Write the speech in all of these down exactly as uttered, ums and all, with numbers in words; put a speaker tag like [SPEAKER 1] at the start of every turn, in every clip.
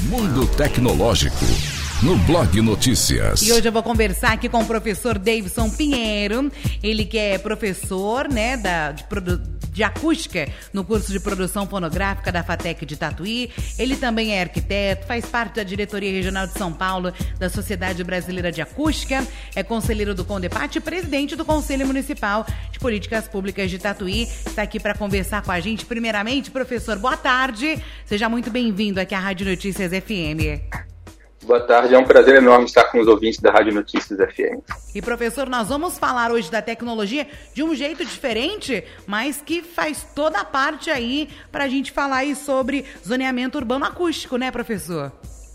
[SPEAKER 1] Mundo Tecnológico, no Blog Notícias.
[SPEAKER 2] E hoje eu vou conversar aqui com o professor Davidson Pinheiro, ele que é professor, né, da, de, de acústica no curso de produção fonográfica da FATEC de Tatuí. Ele também é arquiteto, faz parte da diretoria regional de São Paulo da Sociedade Brasileira de Acústica, é conselheiro do CONDEPAT e presidente do Conselho Municipal de Políticas Públicas de Tatuí. Está aqui para conversar com a gente. Primeiramente, professor, boa tarde. Seja muito bem-vindo aqui à Rádio Notícias F M.
[SPEAKER 3] Boa tarde, é um prazer enorme estar com os ouvintes da Rádio Notícias F M.
[SPEAKER 2] E, professor, nós vamos falar hoje da tecnologia de um jeito diferente, mas que faz toda a parte aí para a gente falar aí sobre zoneamento urbano acústico, né, professor?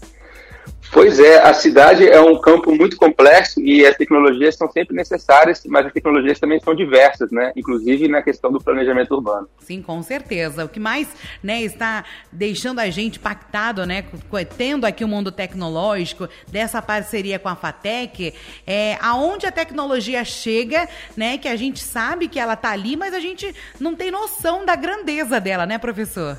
[SPEAKER 3] Pois é, a cidade é um campo muito complexo e as tecnologias são sempre necessárias, mas as tecnologias também são diversas, né? Inclusive na questão do planejamento urbano.
[SPEAKER 2] Sim, com certeza. O que mais, né, está deixando a gente impactado, né, tendo aqui o mundo tecnológico, dessa parceria com a FATEC, é aonde a tecnologia chega, né, que a gente sabe que ela está ali, mas a gente não tem noção da grandeza dela, né, professor?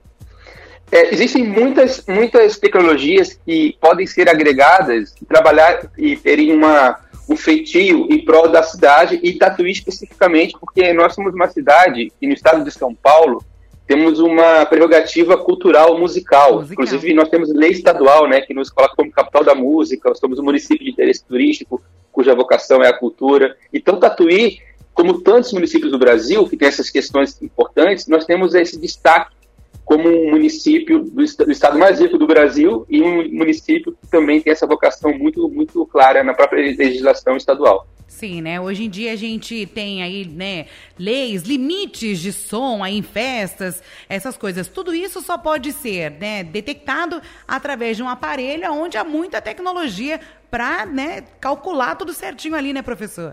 [SPEAKER 3] É, existem muitas, muitas tecnologias que podem ser agregadas, trabalhar e terem uma, um feitio em prol da cidade e Tatuí especificamente, porque nós somos uma cidade e no estado de São Paulo temos uma prerrogativa cultural musical. musical. Inclusive nós temos lei estadual, né, que nos coloca como capital da música, somos um município de interesse turístico, cuja vocação é a cultura. Então Tatuí, como tantos municípios do Brasil que tem essas questões importantes, nós temos esse destaque como um município do, do estado mais rico do Brasil e um município que também tem essa vocação muito, muito clara na própria legislação estadual.
[SPEAKER 2] Sim, né? Hoje em dia a gente tem aí, né, leis, limites de som aí em festas, essas coisas. Tudo isso só pode ser, né, detectado através de um aparelho onde há muita tecnologia para, né, calcular tudo certinho ali, né, professor?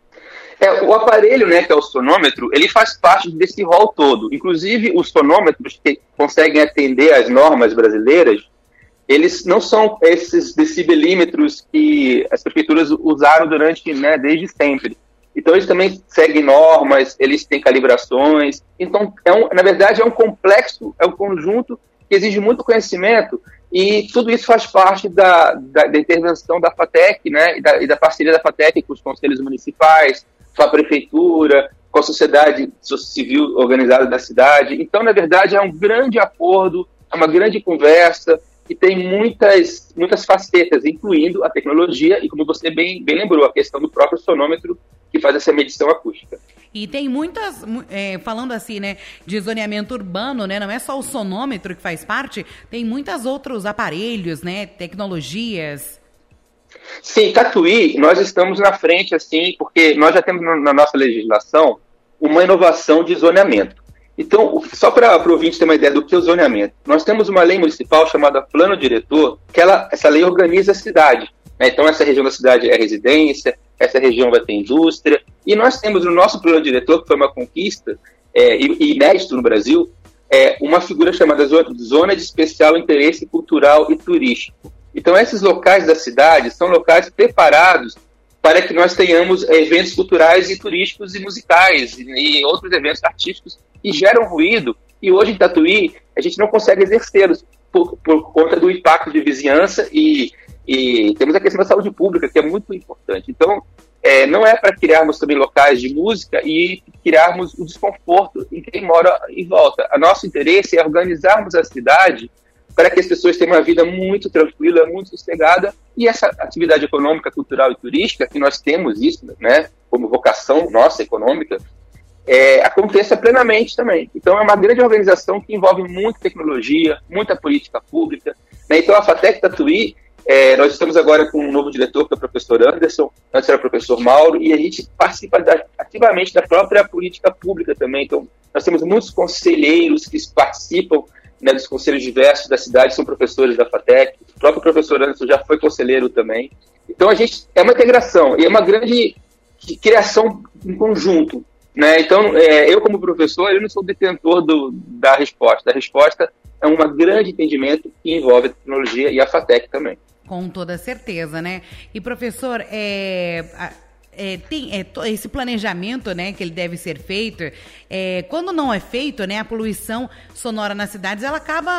[SPEAKER 3] É, o aparelho, né, que é o sonômetro, ele faz parte desse rol todo. Inclusive, os sonômetros que conseguem atender às normas brasileiras, eles não são esses decibelímetros que as prefeituras usaram durante, né, desde sempre. Então, eles também seguem normas, eles têm calibrações. Então, é um, na verdade, é um complexo, é um conjunto que exige muito conhecimento e tudo isso faz parte da, da, da intervenção da FATEC, né, e da, e da parceria da FATEC com os conselhos municipais, com a prefeitura, com a sociedade civil organizada da cidade. Então, na verdade, é um grande acordo, é uma grande conversa que tem muitas, muitas facetas, incluindo a tecnologia e, como você bem, bem lembrou, a questão do próprio sonômetro que faz essa medição acústica.
[SPEAKER 2] E tem muitas, é, falando assim, né, de zoneamento urbano, né, não é só o sonômetro que faz parte, tem muitos outros aparelhos, né, tecnologias.
[SPEAKER 3] Sim, Tatuí, nós estamos na frente, assim, porque nós já temos na nossa legislação uma inovação de zoneamento. Então, só para o ouvinte ter uma ideia do que é o zoneamento, nós temos uma lei municipal chamada Plano Diretor, que ela, essa lei organiza a cidade, né? Então, essa região da cidade é residência, essa região vai ter indústria, e nós temos no nosso Plano Diretor, que foi uma conquista, é, e inédito no Brasil, é, uma figura chamada Zona de Especial Interesse Cultural e Turístico. Então, esses locais da cidade são locais preparados para que nós tenhamos eventos culturais e turísticos e musicais e, e outros eventos artísticos que geram ruído. E hoje em Tatuí, a gente não consegue exercê-los por, por conta do impacto de vizinhança e, e temos a questão da saúde pública, que é muito importante. Então, é, não é para criarmos também locais de música e criarmos o desconforto em quem mora em volta. O nosso interesse é organizarmos a cidade para que as pessoas tenham uma vida muito tranquila, muito sossegada, e essa atividade econômica, cultural e turística, que nós temos isso, né, como vocação nossa econômica, é, aconteça plenamente também. Então é uma grande organização que envolve muita tecnologia, muita política pública, né? Então a FATEC Tatuí, é, nós estamos agora com um novo diretor, que é o professor Anderson, antes era o professor Mauro, e a gente participa da, ativamente da própria política pública também. Então nós temos muitos conselheiros que participam, né, dos conselhos diversos da cidade, são professores da FATEC, o próprio professor Anderson já foi conselheiro também. Então a gente é uma integração e é uma grande criação em conjunto, né? Então é, eu como professor, eu não sou detentor do, da resposta, a resposta é um grande entendimento que envolve a tecnologia e a FATEC também.
[SPEAKER 2] Com toda certeza, né? E professor, é... A... É, tem é, esse planejamento, né, que ele deve ser feito, é, quando não é feito, né, a poluição sonora nas cidades, ela acaba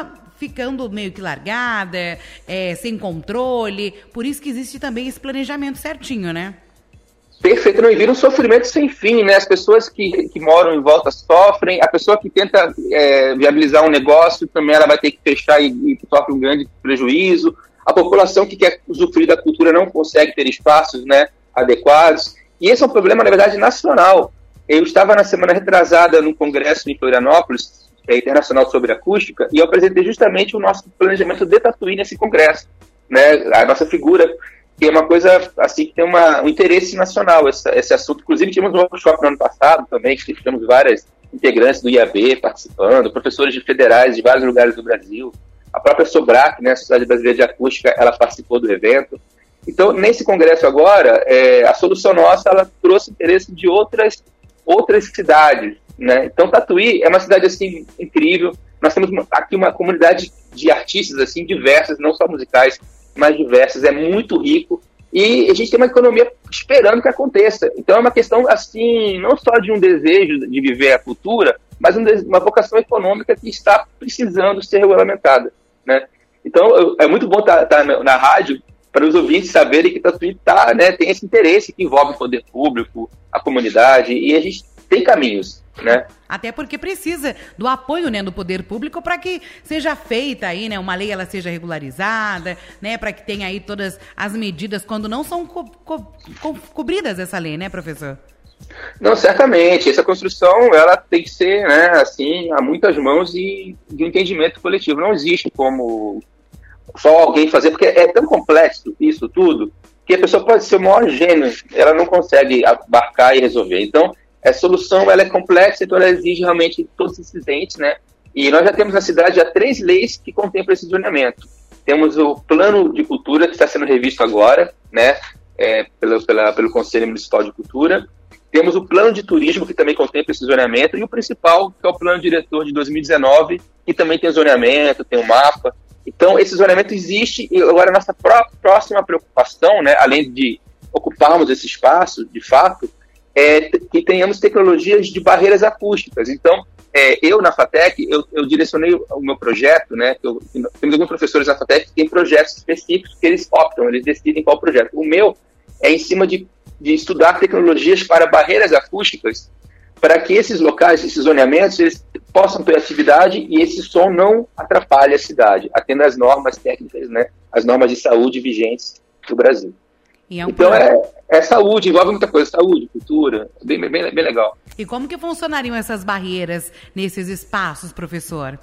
[SPEAKER 2] ficando meio que largada, é, sem controle. Por isso que existe também esse planejamento certinho, né?
[SPEAKER 3] Perfeito, não, e vira um sofrimento sem fim, né? As pessoas que, que moram em volta sofrem, a pessoa que tenta é, viabilizar um negócio também ela vai ter que fechar e, e sofre um grande prejuízo. A população que quer usufruir da cultura não consegue ter espaços, né, adequados. E esse é um problema, na verdade, nacional. Eu estava na semana retrasada num congresso em Florianópolis, é, internacional sobre acústica, e eu apresentei justamente o nosso planejamento de Tatuí nesse congresso, né? A nossa figura, que é uma coisa assim que tem uma, um interesse nacional, esse, esse assunto. Inclusive, tivemos um workshop no ano passado também, que tivemos várias integrantes do I A B participando, professores de federais de vários lugares do Brasil. A própria Sobrac, né, a Sociedade Brasileira de Acústica, ela participou do evento. Então, nesse congresso agora, é, a Solução Nossa, ela trouxe interesse de outras, outras cidades, né? Então, Tatuí é uma cidade, assim, incrível. Nós temos aqui uma comunidade de artistas, assim, diversas, não só musicais, mais diversas, é muito rico, e a gente tem uma economia esperando que aconteça. Então é uma questão, assim, não só de um desejo de viver a cultura, mas uma vocação econômica que está precisando ser regulamentada, né? Então é muito bom estar, estar na, na rádio para os ouvintes saberem que Tatuí tá, né, tem esse interesse que envolve o poder público, a comunidade, e a gente tem caminhos, né?
[SPEAKER 2] Até porque precisa do apoio, né, do poder público para que seja feita aí, né, uma lei, ela seja regularizada, né, para que tenha aí todas as medidas quando não são co- co- co- cobridas essa lei, né, professor?
[SPEAKER 3] Não, certamente. Essa construção, ela tem que ser, né, assim, a muitas mãos e de um entendimento coletivo. Não existe como só alguém fazer, porque é tão complexo isso tudo, que a pessoa pode ser o maior gênio, ela não consegue abarcar e resolver. Então, a solução ela é complexa, então ela exige realmente todos esses entes, né? E nós já temos na cidade já três leis que contemplam esse zoneamento. Temos o plano de cultura, que está sendo revisto agora, né? É, pelo, pela, pelo Conselho Municipal de Cultura. Temos o plano de turismo, que também contempla esse zoneamento. E o principal, que é o plano diretor de dois mil e dezenove, que também tem zoneamento, tem um mapa. Então, esse zoneamento existe. E agora a nossa pró- próxima preocupação, né? Além de ocuparmos esse espaço, de fato, é que tenhamos tecnologias de barreiras acústicas. Então, é, eu na FATEC, eu, eu direcionei o meu projeto, né? Eu, temos alguns professores da FATEC que têm projetos específicos que eles optam, eles decidem qual projeto. O meu é em cima de, de estudar tecnologias para barreiras acústicas, para que esses locais, esses zoneamentos, eles possam ter atividade e esse som não atrapalhe a cidade, atendendo às normas técnicas, né? As normas de saúde vigentes do Brasil. É um então é, é saúde, envolve muita coisa, saúde, cultura, bem, bem, bem legal.
[SPEAKER 2] E como que funcionariam essas barreiras nesses espaços, professor?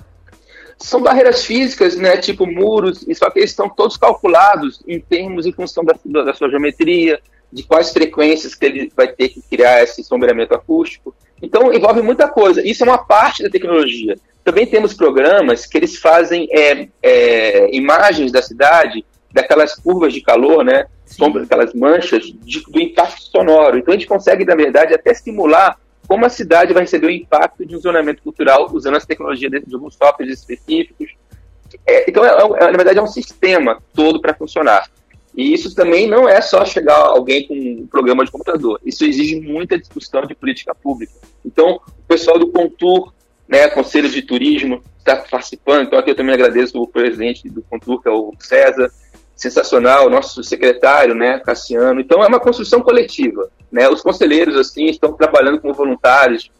[SPEAKER 3] São barreiras físicas, né, tipo muros, só que eles estão todos calculados em termos, em função da, da sua geometria, de quais frequências que ele vai ter que criar esse sombreamento acústico. Então envolve muita coisa, isso é uma parte da tecnologia. Também temos programas que eles fazem é, é, imagens da cidade, daquelas curvas de calor, né? Sombra, aquelas manchas de, do impacto sonoro. Então a gente consegue, na verdade, até simular como a cidade vai receber o impacto de um zonamento cultural usando as tecnologias de, de alguns softwares específicos. É, então, é, é, na verdade, é um sistema todo para funcionar. E isso também não é só chegar alguém com um programa de computador. Isso exige muita discussão de política pública. Então, o pessoal do Contur, né, Conselho de Turismo, está participando. Então, aqui eu também agradeço o presidente do Contur, que é o César. Sensacional, o nosso secretário, né, Cassiano. Então é uma construção coletiva, né? Os conselheiros assim estão trabalhando como voluntários,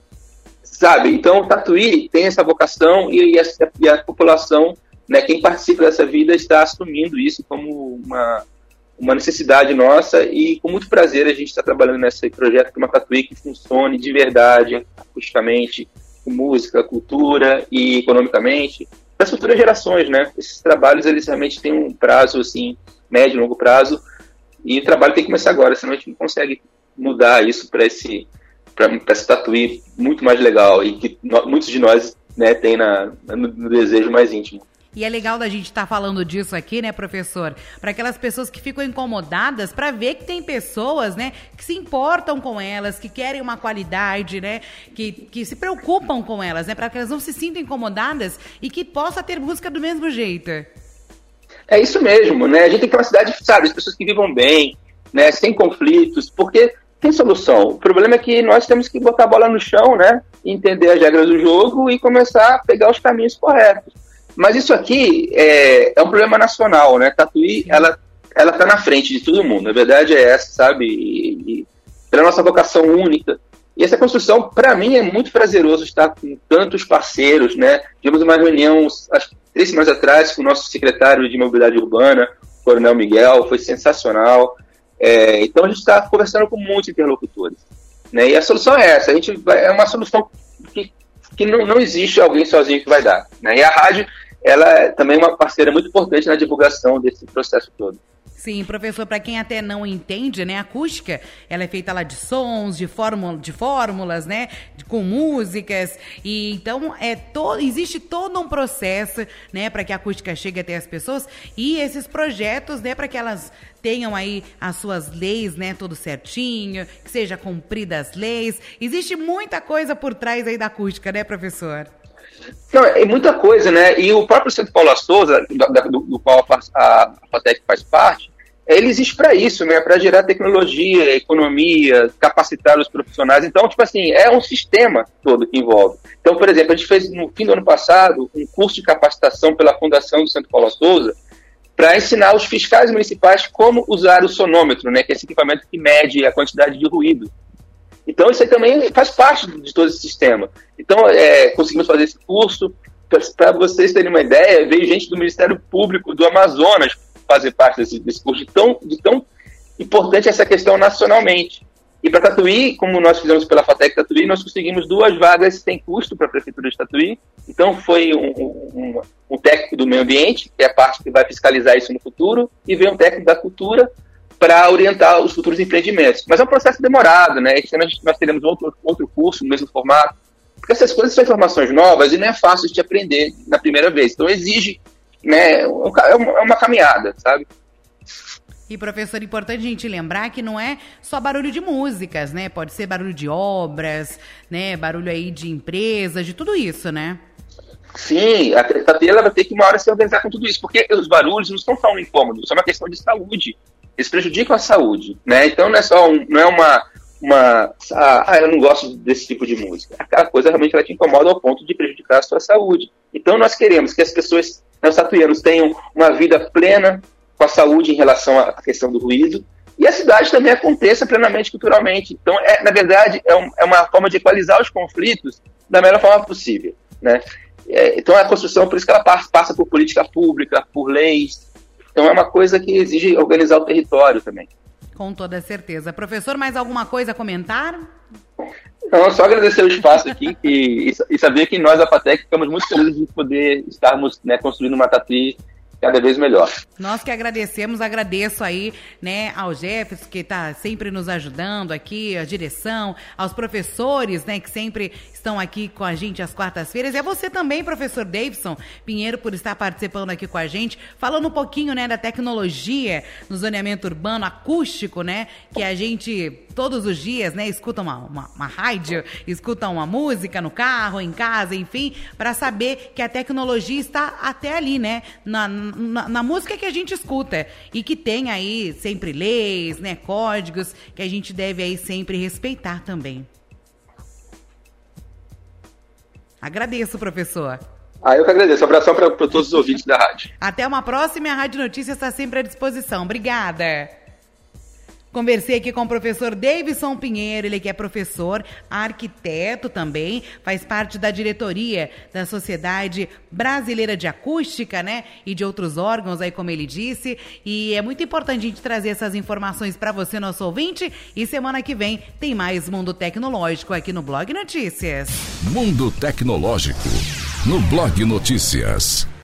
[SPEAKER 3] sabe? Então Tatuí tem essa vocação e, e, a, e a população, né, quem participa dessa vida está assumindo isso como uma, uma necessidade nossa e com muito prazer a gente está trabalhando nesse projeto de uma Tatuí que funcione de verdade, acusticamente, com música, cultura e economicamente. Para as futuras gerações, né? Esses trabalhos, eles realmente têm um prazo, assim, médio, longo prazo, e o trabalho tem que começar agora, senão a gente não consegue mudar isso para esse, para esse Tatuí muito mais legal, e que no, muitos de nós, né, tem na, no, no desejo mais íntimo.
[SPEAKER 2] E é legal da gente estar tá falando disso aqui, né, professor? Para aquelas pessoas que ficam incomodadas, para ver que tem pessoas, né, que se importam com elas, que querem uma qualidade, né, que, que se preocupam com elas, né, para que elas não se sintam incomodadas e que possa ter música do mesmo jeito.
[SPEAKER 3] É isso mesmo, né? A gente tem que ter uma cidade, sabe, as pessoas que vivam bem, né, sem conflitos, porque tem solução. O problema é que nós temos que botar a bola no chão, né, entender as regras do jogo e começar a pegar os caminhos corretos. Mas isso aqui é, é um problema nacional, né? Tatuí, ela ela está na frente de todo mundo. A verdade é essa, sabe? E, e pela nossa vocação única. E essa construção, para mim, é muito prazeroso estar com tantos parceiros, né? Tivemos uma reunião, acho que três semanas atrás, com o nosso secretário de Mobilidade Urbana, o Coronel Miguel, foi sensacional. É, então, a gente está conversando com muitos interlocutores, né? E a solução é essa. A gente vai, é uma solução que, que não, não existe alguém sozinho que vai dar, né? E a rádio, ela é também uma parceira muito importante na divulgação desse processo todo.
[SPEAKER 2] Sim, professor, para quem até não entende, né, a acústica, ela é feita lá de sons, de, fórmula, de fórmulas, né, de, com músicas, e então é to, existe todo um processo, né, para que a acústica chegue até as pessoas, e esses projetos, né, para que elas tenham aí as suas leis, né, tudo certinho, que seja cumprida as leis. Existe muita coisa por trás aí da acústica, né, professor?
[SPEAKER 3] Não, é muita coisa, né? E o próprio Centro Paula Souza, do, do, do qual a, a FATEC faz parte, ele existe para isso, né? Para gerar tecnologia, economia, capacitar os profissionais. Então, tipo assim, é um sistema todo que envolve. Então, por exemplo, a gente fez no fim do ano passado um curso de capacitação pela Fundação do Centro Paula Souza para ensinar os fiscais municipais como usar o sonômetro, né? Que é esse equipamento que mede a quantidade de ruído. Então, isso aí também faz parte de todo esse sistema. Então, é, conseguimos fazer esse curso. Para vocês terem uma ideia, veio gente do Ministério Público do Amazonas fazer parte desse, desse curso, de tão, de tão importante essa questão nacionalmente. E para Tatuí, como nós fizemos pela FATEC Tatuí, nós conseguimos duas vagas sem custo para a Prefeitura de Tatuí. Então, foi um, um, um técnico do meio ambiente, que é a parte que vai fiscalizar isso no futuro, e veio um técnico da cultura, para orientar os futuros empreendimentos. Mas é um processo demorado, né? Esse ano nós teremos outro, outro curso no mesmo formato, porque essas coisas são informações novas e não é fácil de aprender na primeira vez. Então exige, né, é uma caminhada, sabe?
[SPEAKER 2] E, professor, importante a gente lembrar que não é só barulho de músicas, né? Pode ser barulho de obras, né? Barulho aí de empresas, de tudo isso, né?
[SPEAKER 3] Sim, a Tatuí ela vai ter que uma hora se organizar com tudo isso, porque os barulhos não são só um incômodo, isso é uma questão de saúde. Eles prejudicam a saúde, né? Então não é só um, não é uma, uma ah, eu não gosto desse tipo de música. Aquela coisa realmente ela te incomoda ao ponto de prejudicar a sua saúde. Então nós queremos que as pessoas, né, os tatuianos, tenham uma vida plena com a saúde em relação à questão do ruído, e a cidade também aconteça plenamente culturalmente. Então, é, na verdade, é, um, é uma forma de equalizar os conflitos da melhor forma possível, né? É, então a construção, por isso que ela passa, passa por política pública, por leis. Então é uma coisa que exige organizar o território também.
[SPEAKER 2] Com toda certeza. Professor, mais alguma coisa a comentar?
[SPEAKER 3] Não, só agradecer o espaço aqui e, e saber que nós, da FATEC, ficamos muito felizes de poder estarmos, né, construindo uma Tatuí cada vez melhor.
[SPEAKER 2] Nós que agradecemos, agradeço aí, né, ao Jefferson, que está sempre nos ajudando aqui, a direção, aos professores, né, que sempre estão aqui com a gente às quartas-feiras, e a você também, professor Davidson Pinheiro, por estar participando aqui com a gente, falando um pouquinho, né, da tecnologia no zoneamento urbano acústico, né, que a gente todos os dias, né, escuta uma, uma, uma rádio, escuta uma música no carro, em casa, enfim, para saber que a tecnologia está até ali, né, na, na, na música que a gente escuta, e que tem aí sempre leis, né, códigos que a gente deve aí sempre respeitar também. Agradeço, professor.
[SPEAKER 3] Ah, eu que agradeço. Um abração para todos os ouvintes da rádio.
[SPEAKER 2] Até uma próxima, a Rádio Notícias está sempre à disposição. Obrigada. Conversei aqui com o professor Davidson Pinheiro, ele que é professor, arquiteto também, faz parte da diretoria da Sociedade Brasileira de Acústica, né, e de outros órgãos aí, como ele disse, e é muito importante a gente trazer essas informações para você, nosso ouvinte, e semana que vem tem mais Mundo Tecnológico aqui no Blog Notícias.
[SPEAKER 1] Mundo Tecnológico, no Blog Notícias.